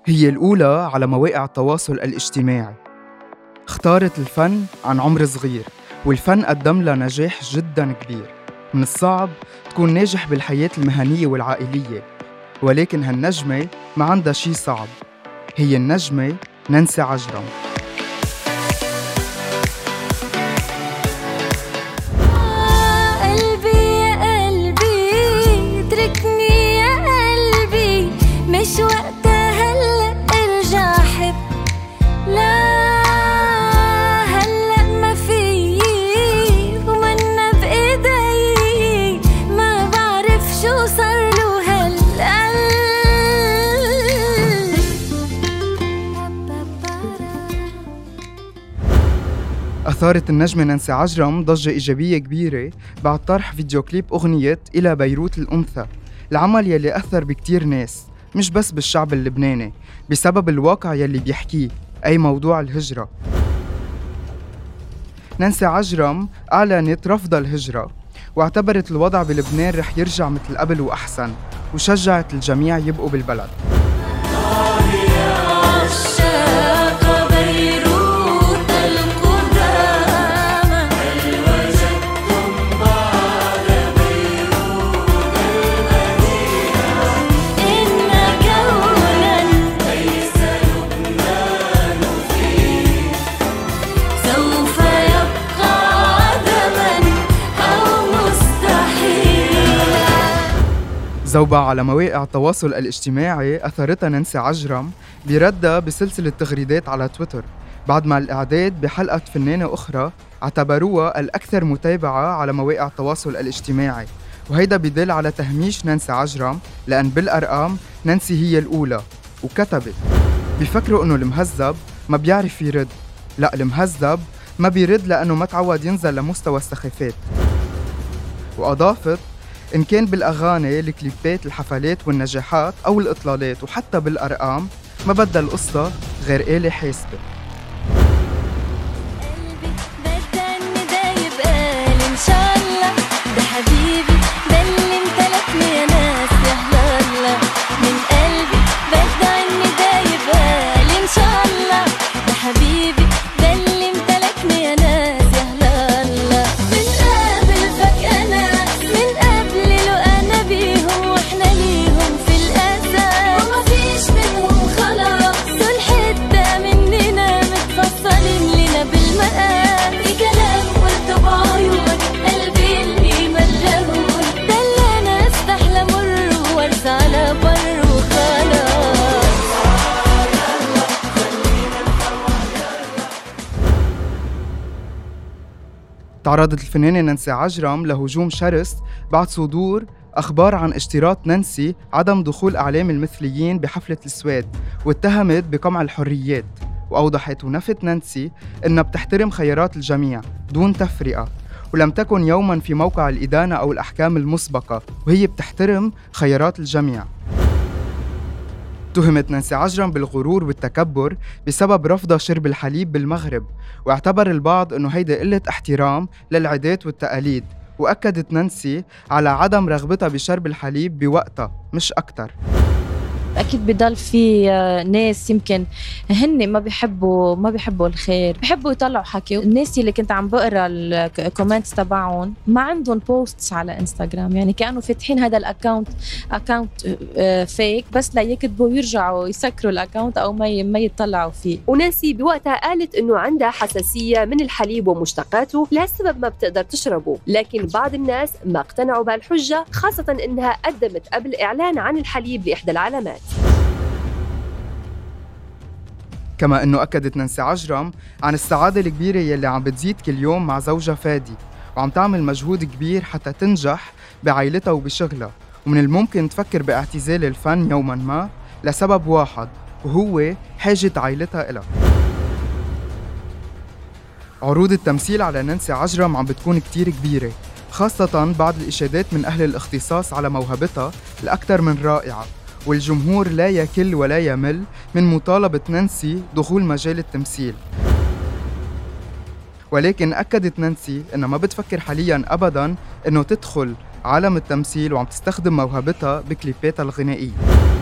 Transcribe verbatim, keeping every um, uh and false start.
هي الأولى على مواقع التواصل الاجتماعي. اختارت الفن عن عمر صغير، والفن قدم لها نجاح جداً كبير. من الصعب تكون ناجح بالحياة المهنية والعائلية، ولكن هالنجمة ما عندها شي صعب. هي النجمة نانسي عجرم. مش وقتها هلأ ارجع حب، لا هلأ ما في ومنا بإيدي، ما بعرف شو صار له هالقلب. أثارت النجمة نانسي عجرم ضجة إيجابية كبيرة بعد طرح فيديو كليب أغنية إلى بيروت الأنثى، العمل يلي أثر بكتير ناس مش بس بالشعب اللبناني بسبب الواقع يلي بيحكيه، أي موضوع الهجرة. نانسي عجرم أعلنت رفض الهجرة، واعتبرت الوضع بلبنان رح يرجع مثل قبل وأحسن، وشجعت الجميع يبقوا بالبلد. زوبة على مواقع التواصل الاجتماعي أثرتها نانسي عجرم بردها بسلسلة تغريدات على تويتر، بعد ما الإعداد بحلقة فنانة أخرى اعتبروها الأكثر متابعة على مواقع التواصل الاجتماعي، وهيدا بدل على تهميش نانسي عجرم، لأن بالأرقام نانسي هي الأولى. وكتبت: بيفكروا إنه المهذب ما بيعرف يرد، لا المهذب ما بيرد لأنه ما تعود ينزل لمستوى السخافات. وأضافت: إن كان بالأغاني، الكليبات، الحفلات والنجاحات أو الإطلالات وحتى بالأرقام، ما بدها القصة غير آلة حاسبة. قلبي بدأني دايب، قال إن شاء الله ده حبيبي ده اللي امتلكني يا ناس يا هلا. من قلبي بدأني دايب، قال إن شاء الله ده حبيبي ده اللي امتلكني يا ناس يا هلا. من قبل فجأة ناس، من قبل لو أنا بيهم وإحنا ليهم في الأسى، وما فيش منهم خلاص، دول حتة مننا متفصلين لنا بالمقام. في كلام قلته بعيون قلبي اللي ملهون، ده اللي أنا استحلى مر وارسى على بر وخلاص. تعرضت الفنانة نانسي عجرم لهجوم شرس بعد صدور أخبار عن اشتراط نانسي عدم دخول أعلام المثليين بحفلة السواد، واتهمت بقمع الحريات. وأوضحت ونفت نانسي إنها بتحترم خيارات الجميع دون تفرقة، ولم تكن يوماً في موقع الإدانة أو الأحكام المسبقة، وهي بتحترم خيارات الجميع. اتهمت نانسي عجرم بالغرور والتكبر بسبب رفضها شرب الحليب بالمغرب، واعتبر البعض انه هيدا قلة احترام للعادات والتقاليد. واكدت نانسي على عدم رغبتها بشرب الحليب بوقتها مش اكتر. أكيد بضل في ناس يمكن هن ما بيحبوا ما بيحبوا الخير، بيحبوا يطلعوا حكي. الناس اللي كنت عم بقرا الكومنتس تبعهم ما عندهم بوستس على انستغرام، يعني كانوا فاتحين هذا الاكاونت اكاونت فيك بس لا يكتبوا ويرجعوا يسكروا الاكاونت او ما ما يطلعوا فيه. ونانسي بوقتها قالت انه عندها حساسيه من الحليب ومشتقاته لهالسبب ما بتقدر تشربه، لكن بعض الناس ما اقتنعوا بهالحجه، خاصه انها قدمت قبل اعلان عن الحليب لاحدى العلامات. كما انه اكدت نانسي عجرم عن السعاده الكبيره يلي عم بتزيد كل يوم مع زوجها فادي، وعم تعمل مجهود كبير حتى تنجح بعائلتها وبشغلها، ومن الممكن تفكر باعتزال الفن يوما ما لسبب واحد، وهو حاجه عائلتها إلها. عروض التمثيل على نانسي عجرم عم بتكون كتير كبيره، خاصه بعد الاشادات من اهل الاختصاص على موهبتها الاكثر من رائعه، والجمهور لا يكل ولا يمل من مطالبة نانسي دخول مجال التمثيل. ولكن أكدت نانسي إنها ما بتفكر حالياً أبداً إنه تدخل عالم التمثيل، وعم تستخدم موهبتها بكليباتها الغنائية.